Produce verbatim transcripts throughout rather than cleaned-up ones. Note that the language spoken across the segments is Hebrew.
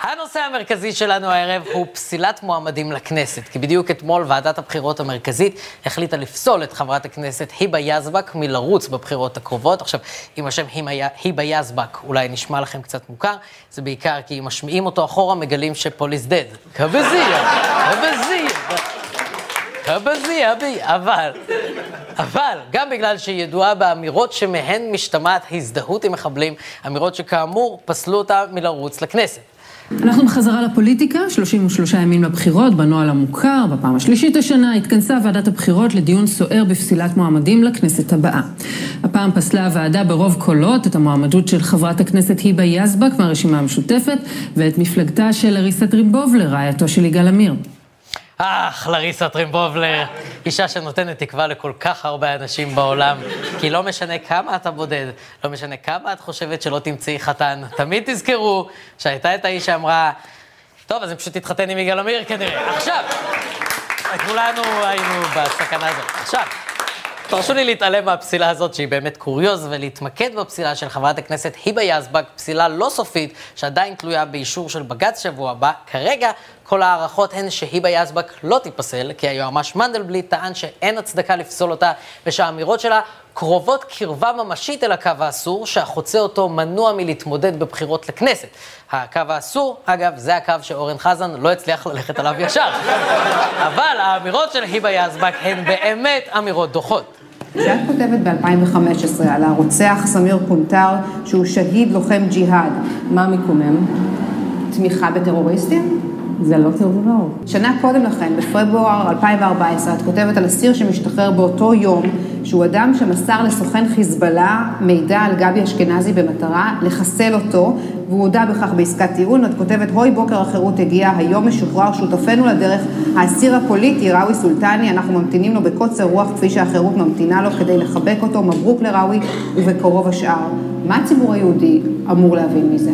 הנושא המרכזי שלנו הערב הוא פסילת מועמדים לכנסת, כי בדיוק אתמול ועדת הבחירות המרכזית החליטה לפסול את חברת הכנסת היבה יזבק מלרוץ בבחירות הקרובות. עכשיו, אם השם היבה יזבק אולי נשמע לכם קצת מוכר, זה בעיקר כי אם משמיעים אותו אחורה מגלים שפוליס דד. כבזיה, כבזיה, כבזיה, אבל, אבל, גם בגלל שהיא ידועה באמירות שמהן משתמעת הזדהות עם מחבלים, אמירות שכאמור פסלו אותה מלרוץ לכנסת. אנחנו בחזרה לפוליטיקה, שלושים ושלושה ימים לבחירות, בנוהל המוכר, בפעם השלישית השנה התכנסה ועדת הבחירות לדיון סוער בפסילת מועמדים לכנסת הבאה. הפעם פסלה הוועדה ברוב קולות את המועמדות של חברת הכנסת היבה יזבק מהרשימה המשותפת, ואת מפלגתה של לריסה טרימבובלר, רעייתו של יגאל עמיר. אך, לריסה טרימבובלר, אישה שנותנת תקווה לכל כך הרבה אנשים בעולם, כי לא משנה כמה אתה בודד, לא משנה כמה את חושבת שלא תמצאי חתן, תמיד תזכרו שהייתה את האיש שאמרה, טוב, אז אני פשוט תתחתן עם יגאל עמיר כנראה. עכשיו, כולנו היינו בסכנה הזאת. עכשיו, תרשו לי להתעלם מהפסילה הזאת שהיא באמת קוריוז, ולהתמקד בפסילה של חברת הכנסת היבה יזבק, פסילה לא סופית שעדיין תלויה באישור של בג"ץ שבוע הבא. כרגע כל הערכות הן שהיבה יזבק לא תיפסל, כי היועמ"ש מנדלבליט טען שאין הצדקה לפסול אותה, ושהאמירות שלה קרובות קרבה ממשית אל הקו האסור, שהחוצה אותו מנוע מלהתמודד בבחירות לכנסת. הקו האסור, אגב, זה הקו שאורן חזן לא הצליח ללכת עליו ישר. אבל האמירות של היבה יזבק הן באמת אמירות דוחות. כשאת כותבת ב-אלפיים וחמש עשרה על הרוצח סמיר קונטר, שהוא שהיד לוחם ג'יהאד, מה מקומם? תמיכה בטרוריסטים? זה לא טרור. שנה קודם לכן, בפברואר אלפיים וארבע עשרה, את כותבת על אסיר שמשתחרר באותו יום, שהוא אדם שמסר לסוכן חיזבאללה מידע על גבי אשכנזי במטרה לחסל אותו, והוא הודע בכך בעסקת טיעון. את כותבת, הוי בוקר החירות הגיע, היום משוחרר שותפנו לדרך, האסיר הפוליטי ראוי סולטני, אנחנו ממתינים לו בקוצר רוח כפי שהחירות ממתינה לו כדי לחבק אותו, מברוק לראוי ובקרוב השאר. מה הציבור היהודי אמור להבין מזה?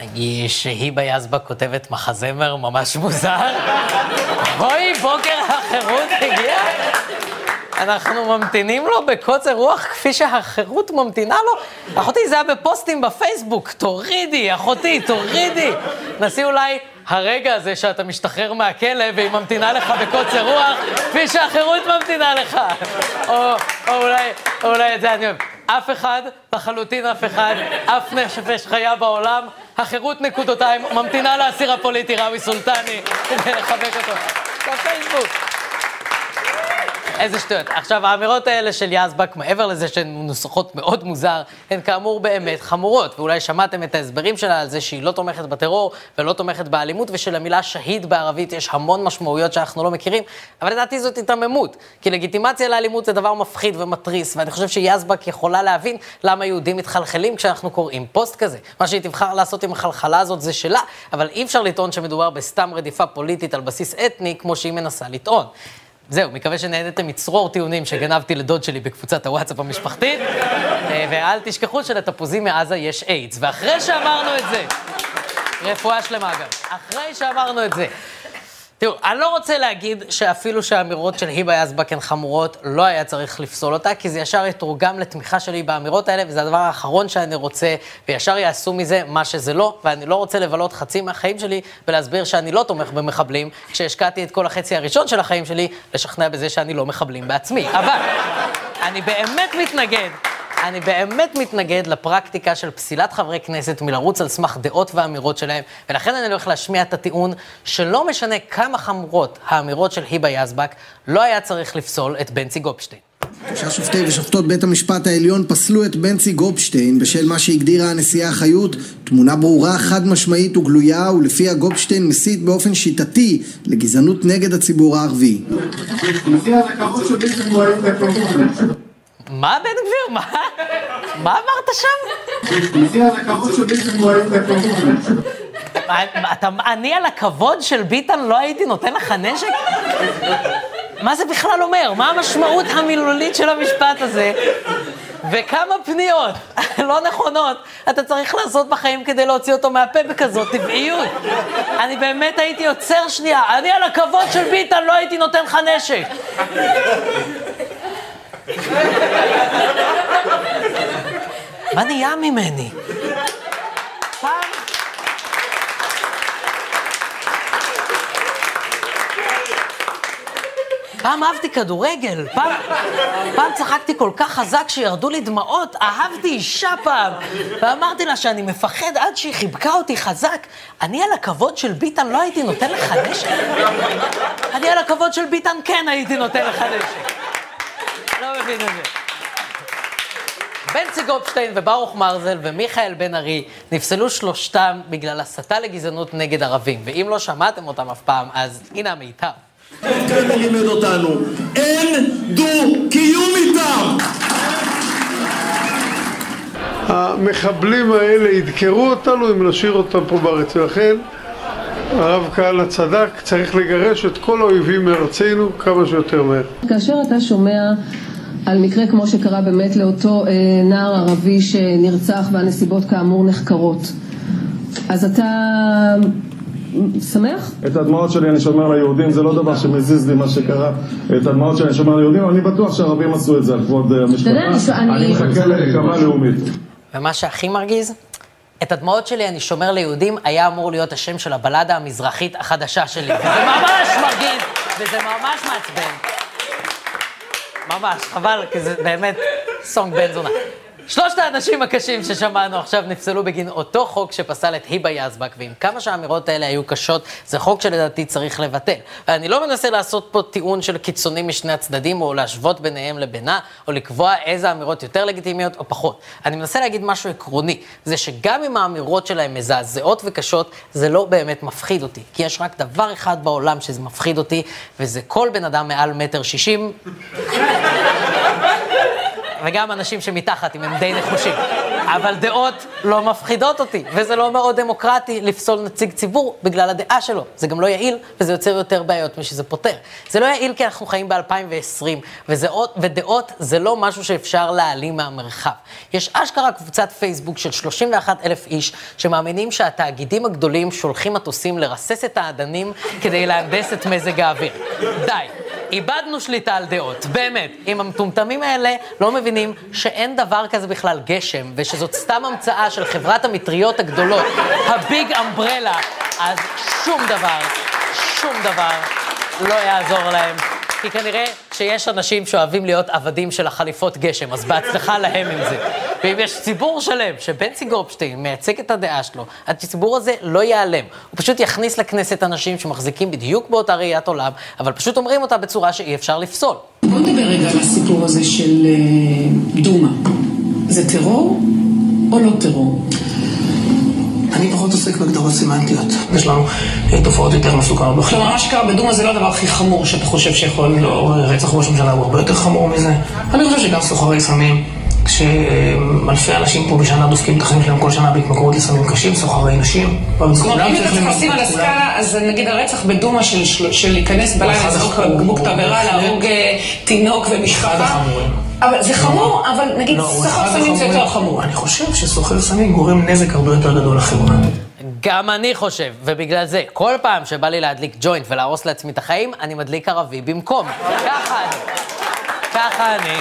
שהיבה יזבק כותבת מחזמר ממש מוזר. אוי, בוקר החירות הגיע. אנחנו ממתינים לו בקוצר רוח כפי שהחירות ממתינה לו. אחותי, זה היה בפוסטים בפייסבוק. תורידי, אחותי, תורידי. נסי אולי הרגע הזה שאתה משתחרר מהכלא והיא ממתינה לך בקוצר רוח כפי שהחירות ממתינה לך. או, או אולי, או אולי את זה אני אוהב. אף אחד, לחלוטין אף אחד, אף נפש חיה בעולם, החירות נקודותיים, ממתינה לאסיר הפוליטי ראוי סולטני, כדי לחבק אותו. בפייסבוק. איזה שטויות. עכשיו, האמירות האלה של יזבק, מעבר לזה שהן נוסחות מאוד מוזר, הן כאמור באמת חמורות, ואולי שמעתם את ההסברים שלה על זה שהיא לא תומכת בטרור ולא תומכת באלימות, ושלמילה שהיד בערבית יש המון משמעויות שאנחנו לא מכירים, אבל לדעתי זאת התעממות, כי לגיטימציה לאלימות זה דבר מפחיד ומטריס, ואני חושב שיזבק יכולה להבין למה יהודים מתחלחלים כשאנחנו קוראים פוסט כזה. מה שהיא תבחר לעשות עם החלחלה הזאת זה שלה, אבל אי אפשר לטעון שמדובר בסתם רדיפה פוליטית על בסיס אתני כמו שהיא מנסה לטעון. זהו, מקווה שנהנתם מצרור טיעונים שגנבתי לדוד שלי בקבוצת הוואטסאפ המשפחתית, ואל תשכחו שלתפוזים מעזה יש איידס. ואחרי שאמרנו את זה, רפואה שלמה אגב, אחרי שאמרנו את זה, תראו, אני לא רוצה להגיד שאפילו שהאמירות של היבה יזבק הן חמורות, לא היה צריך לפסול אותה, כי זה ישר יתורגם לתמיכה שלי באמירות האלה, וזה הדבר האחרון שאני רוצה, וישר יעשו מזה מה שזה לא, ואני לא רוצה לבלות חצי מהחיים שלי, ולהסביר שאני לא תומך במחבלים, כשהשקעתי את כל החצי הראשון של החיים שלי, לשכנע בזה שאני לא מחבלים בעצמי. אבל אני באמת מתנגד, אני באמת מתנגד לפרקטיקה של פסילת חברי כנסת מלרוץ על סמך דעות ואמירות שלהם, ולכן אני הולך להשמיע את הטיעון שלא משנה כמה חמורות האמירות של היבה יזבק, לא היה צריך לפסול את בנצי גופשטיין. שלושה שופטי ושופטות בית המשפט העליון פסלו את בנצי גופשטיין בשל מה שהגדירה הנשיאה חיות, תמונה ברורה, חד משמעית וגלויה, ולפיה גופשטיין מסית באופן שיטתי לגזענות נגד הציבור הערבי. מה בן גביר? מה? מה אמרת שם? אני על הכבוד של ביטן לא הייתי נותן לך נשק? מה זה בכלל אומר? מה המשמעות המילולית של המשפט הזה? וכמה פניות לא נכונות אתה צריך לעשות בחיים כדי להוציא אותו מהפה בכזאת טבעיות? אני באמת הייתי יוצר שנייה, אני על הכבוד של ביטן לא הייתי נותן לך נשק. מה נהיה ממני? פעם... פעם אהבתי כדורגל, פעם, פעם צחקתי כל כך חזק שירדו לי דמעות, אהבתי אישה פעם, ואמרתי לה שאני מפחד עד שהיא חיבקה אותי חזק. אני על הכבוד של ביטן לא הייתי נותן לך נשק? אני על הכבוד של ביטן כן הייתי נותן לך נשק. לא מבין את זה. בנצי גופשטיין וברוך מרזל ומיכאל בן ארי נפסלו שלושתם בגלל הסתה לגזענות נגד ערבים, ואם לא שמעתם אותם אף פעם, אז הנה המיטב. כאן לימד אותנו, אין דו-קיום איתם! המחבלים האלה ידקרו אותנו אם נשאיר אותם פה בארץ, ולכן הרב כהנא צדק, צריך לגרש את כל האויבים מארצנו כמה שיותר מהר. כאשר אתה שומע על מקרה כמו שקרה באמת לאותו אה, נער ערבי שנרצח והנסיבות כאמור נחקרות, אז אתה שמח? את הדמעות שלי אני שומר ליהודים, זה לא דבר שמזיז לי מה שקרה. את הדמעות שלי אני שומר ליהודים, אני בטוח שהערבים עשו את זה על כבוד המשפחה. אני מחכה להקמה לאומית. ומה שהכי מרגיז, את הדמעות שלי אני שומר ליהודים היה אמור להיות השם של הבלדה המזרחית החדשה שלי. וזה ממש מרגיז, וזה ממש מעצבן. ממש, חבל, כי זה באמת סונג בן זונה. שלושת האנשים הקשים ששמענו עכשיו נפסלו בגין אותו חוק שפסל את היבה יזבק, ועם כמה שהאמירות האלה היו קשות, זה חוק שלדעתי צריך לבטל. ואני לא מנסה לעשות פה טיעון של קיצונים משני הצדדים, או להשוות ביניהם לבינה, או לקבוע איזה אמירות יותר לגיטימיות או פחות. אני מנסה להגיד משהו עקרוני, זה שגם אם האמירות שלהם מזעזעות וקשות, זה לא באמת מפחיד אותי. כי יש רק דבר אחד בעולם שזה מפחיד אותי, וזה כל בן אדם מעל מטר שישים. וגם אנשים שמתחת, אם הם די נחושים. אבל דעות לא מפחידות אותי, וזה לא מאוד דמוקרטי לפסול נציג ציבור בגלל הדעה שלו. זה גם לא יעיל, וזה יוצר יותר בעיות משזה פותר. זה לא יעיל כי אנחנו חיים ב-אלפיים ועשרים, ודעות זה לא משהו שאפשר להעלים מהמרחב. יש אשכרה קבוצת פייסבוק של שלושים ואחד אלף איש, שמאמינים שהתאגידים הגדולים שולחים מטוסים לרסס את האדנים כדי להנדס את מזג האוויר. די. איבדנו שליטה על דעות, באמת. אם המטומטמים האלה לא מבינים שאין דבר כזה בכלל גשם, ושזאת סתם המצאה של חברת המטריות הגדולות, הביג אמברלה, אז שום דבר, שום דבר לא יעזור להם. כי כנראה שיש אנשים שאוהבים להיות עבדים של החליפות גשם, אז בהצלחה להם עם זה. ואם יש ציבור שלם שבנצי גופשטיין מייצג את הדעה שלו, הציבור הזה לא ייעלם. הוא פשוט יכניס לכנסת אנשים שמחזיקים בדיוק באותה ראיית עולם, אבל פשוט אומרים אותה בצורה שאי אפשר לפסול. בוא נדבר רגע על הסיפור הזה של דומה. זה טרור או לא טרור? אני פחות עוסק בהגדרות סמנטיות. יש לנו תופעות יותר מסוכנות בחברה. כלומר, מה שקרה בדומה זה לא הדבר הכי חמור שאתה חושב שיכול... לא, רצח ראש ממשלה הוא הרבה יותר חמור מזה. אני חושב שגם סוחרי סמים, כשאלפי אנשים פה בשנה דופקים את החיים שלהם כל שנה בהתמכרות לסמים קשים, סוחרי נשים. כלומר, אם אתה תחסים על הסקאלה, אז נגיד הרצח בדומה של להיכנס בלילה לזרוק בקבוק תבערה, להרוג תינוק ומשפחה. אבל זה חמור, אבל נגיד סוחר סמים זה יותר חמור. אני חושב שסוחר סמים גורם נזק הרבה יותר גדול לחברה. גם אני חושב, ובגלל זה, כל פעם שבא לי להדליק ג'וינט ולהרוס לעצמי את החיים, אני מדליק ערבי במקום. ככה אני. ככה אני.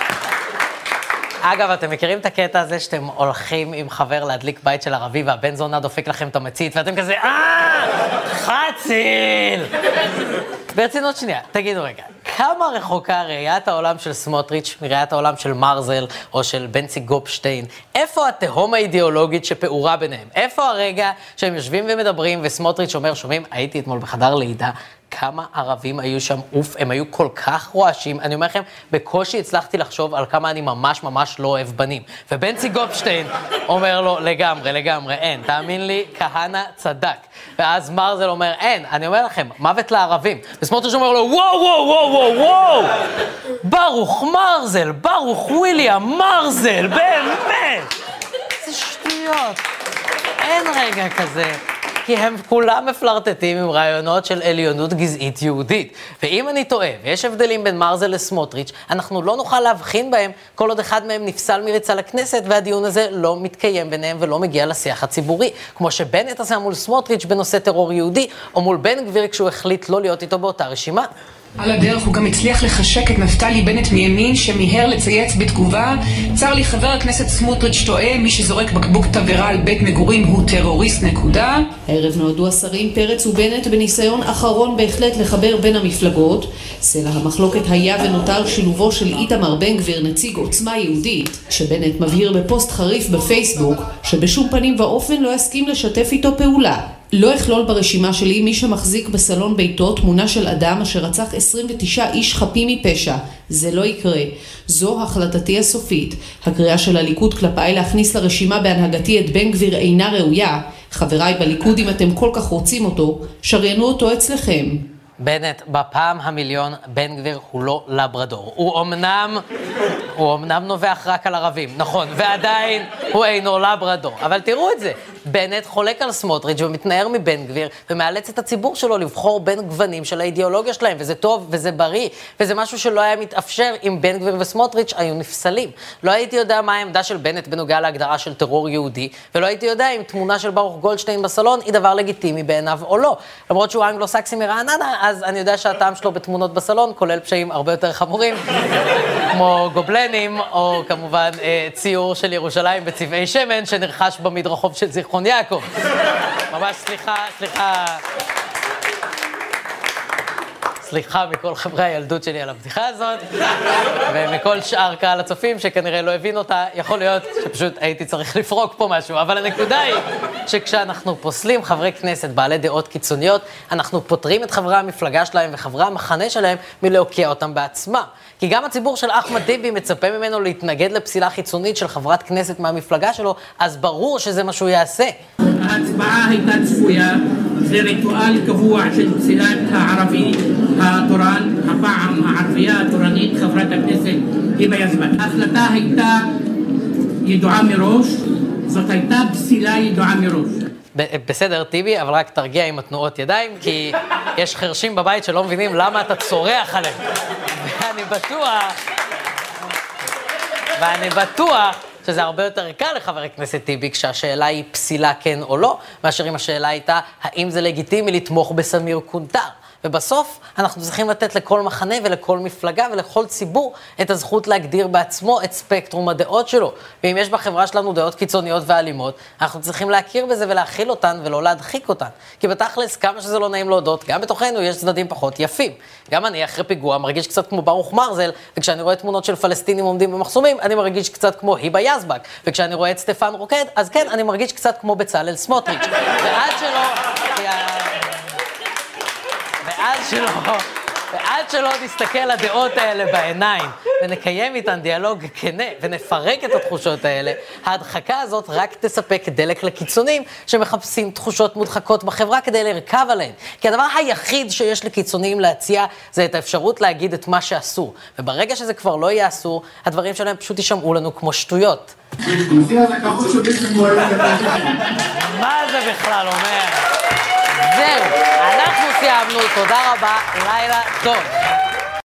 אגב, אתם מכירים את הקטע הזה שאתם הולכים עם חבר להדליק בית של ערבי והבן זונה דופק לכם את המצית ואתם כזה, אה, חציל! ברצינות שנייה, תגידו רגע, כמה רחוקה ראיית העולם של סמוטריץ' מראיית העולם של מרזל או של בנצי גופשטיין? איפה התהום האידיאולוגית שפעורה ביניהם? איפה הרגע שהם יושבים ומדברים וסמוטריץ' אומר, שומעים, הייתי אתמול בחדר לידה, כמה ערבים היו שם, אוף, הם היו כל כך רועשים, אני אומר לכם, בקושי הצלחתי לחשוב על כמה אני ממש ממש לא אוהב בנים. ובנצי גופשטיין אומר לו, לגמרי, לגמרי, אין, תאמין לי, כהנא צדק. ואז מרזל אומר, אין, אני אומר לכם, מוות לערבים. וסמוטריץ' אומר לו, וואו, וואו, וואו, וואו, וואו, ברוך מרזל, ברוך וויליאם מרזל, באמת. זה שטויות. אין רגע כזה. כי הם כולם מפלרטטים עם רעיונות של עליונות גזעית יהודית. ואם אני טועה, ויש הבדלים בין מרזל לסמוטריץ', אנחנו לא נוכל להבחין בהם כל עוד אחד מהם נפסל מריצה לכנסת, והדיון הזה לא מתקיים ביניהם ולא מגיע לשיח הציבורי. כמו שבנט עשה מול סמוטריץ' בנושא טרור יהודי, או מול בן גביר כשהוא החליט לא להיות איתו באותה רשימה. על הדרך הוא גם הצליח לחשק את נפתלי בנט מימין שמיהר לצייץ בתגובה, צר לי חבר הכנסת סמוטריץ' טועה, מי שזורק בקבוק תבערה על בית מגורים הוא טרוריסט נקודה. הערב נועדו השרים פרץ ובנט בניסיון אחרון בהחלט לחבר בין המפלגות. סלע המחלוקת היה ונותר שילובו של איתמר בן גביר נציג עוצמה יהודית, שבנט מבהיר בפוסט חריף בפייסבוק שבשום פנים ואופן לא יסכים לשתף איתו פעולה. לא אכלול ברשימה שלי מי שמחזיק בסלון ביתו תמונה של אדם אשר רצח עשרים ותשעה איש חפים מפשע. זה לא יקרה. זו החלטתי הסופית. הקריאה של הליכוד כלפיי להכניס לרשימה בהנהגתי את בן גביר אינה ראויה. חבריי בליכוד, אם אתם כל כך רוצים אותו, שריינו אותו אצלכם. בנט, בפעם המיליון, בן גביר הוא לא לברדור. הוא אמנם, הוא אמנם נובח רק על ערבים, נכון, ועדיין הוא אינו לברדור. אבל תראו את זה, בנט חולק על סמוטריץ' ומתנער מבן גביר, ומאלץ את הציבור שלו לבחור בין גוונים של האידיאולוגיה שלהם, וזה טוב וזה בריא, וזה משהו שלא היה מתאפשר אם בן גביר וסמוטריץ' היו נפסלים. לא הייתי יודע מה העמדה של בנט בנוגע להגדרה של טרור יהודי, ולא הייתי יודע אם תמונה של ברוך גולדשטיין בסלון היא דבר לגיטימי בעיניו או לא. למרות שהוא אנגלו-סקסי מרעננה, אז אני יודע שהטעם שלו בתמונות בסלון כולל פשעים הרבה יותר חמורים, כמו גובלנים, או כמובן ציור של ירושלים בצבעי שמן שנרכש במדרחוב של זיכרון יעקב. ממש סליחה, סליחה. סליחה מכל חברי הילדות שלי על הבדיחה הזאת, ומכל שאר קהל הצופים שכנראה לא הבין אותה, יכול להיות שפשוט הייתי צריך לפרוק פה משהו. אבל הנקודה היא שכשאנחנו פוסלים חברי כנסת בעלי דעות קיצוניות, אנחנו פותרים את חברי המפלגה שלהם וחברי המחנה שלהם מלהוקיע אותם בעצמם. כי גם הציבור של אחמד טיבי מצפה ממנו להתנגד לפסילה חיצונית של חברת כנסת מהמפלגה שלו, אז ברור שזה מה שהוא יעשה. ההצבעה הייתה צפויה, זה ריטואל קבוע של פסילת הערבי התורן, הפעם הערבייה התורנית, חברת הכנסת היבה יזבק. ההחלטה הייתה ידועה מראש, זאת הייתה פסילה ידועה מראש. בסדר טיבי, אבל רק תרגיע עם התנועות ידיים, כי יש חרשים בבית שלא מבינים למה אתה צורח עליהם. ואני בטוח, ואני בטוח שזה הרבה יותר קל לחבר הכנסת טיבי כשהשאלה היא פסילה כן או לא, מאשר אם השאלה הייתה האם זה לגיטימי לתמוך בסמיר קונטר. ובסוף אנחנו צריכים לתת לכל מחנה ולכל מפלגה ולכל ציבור את הזכות להגדיר בעצמו את ספקטרום הדעות שלו. ואם יש בחברה שלנו דעות קיצוניות ואלימות, אנחנו צריכים להכיר בזה ולהכיל אותן ולא להדחיק אותן. כי בתכלס, כמה שזה לא נעים להודות, גם בתוכנו יש צדדים פחות יפים. גם אני אחרי פיגוע מרגיש קצת כמו ברוך מרזל, וכשאני רואה תמונות של פלסטינים עומדים במחסומים, אני מרגיש קצת כמו היבה יזבק. וכשאני רואה את סטפן רוקד, אז כן, אני מרגיש קצת כמו בצלאל סמוטריץ'. ועד שלא... ועד שלא, ועד שלא נסתכל לדעות האלה בעיניים, ונקיים איתן דיאלוג כנה, ונפרק את התחושות האלה, ההדחקה הזאת רק תספק דלק לקיצונים שמחפשים תחושות מודחקות בחברה כדי לרכב עליהן. כי הדבר היחיד שיש לקיצוניים להציע זה את האפשרות להגיד את מה שאסור. וברגע שזה כבר לא יהיה אסור, הדברים שלהם פשוט יישמעו לנו כמו שטויות. מה זה בכלל אומר? זהו, אנחנו סיימנו, תודה רבה, לילה טוב.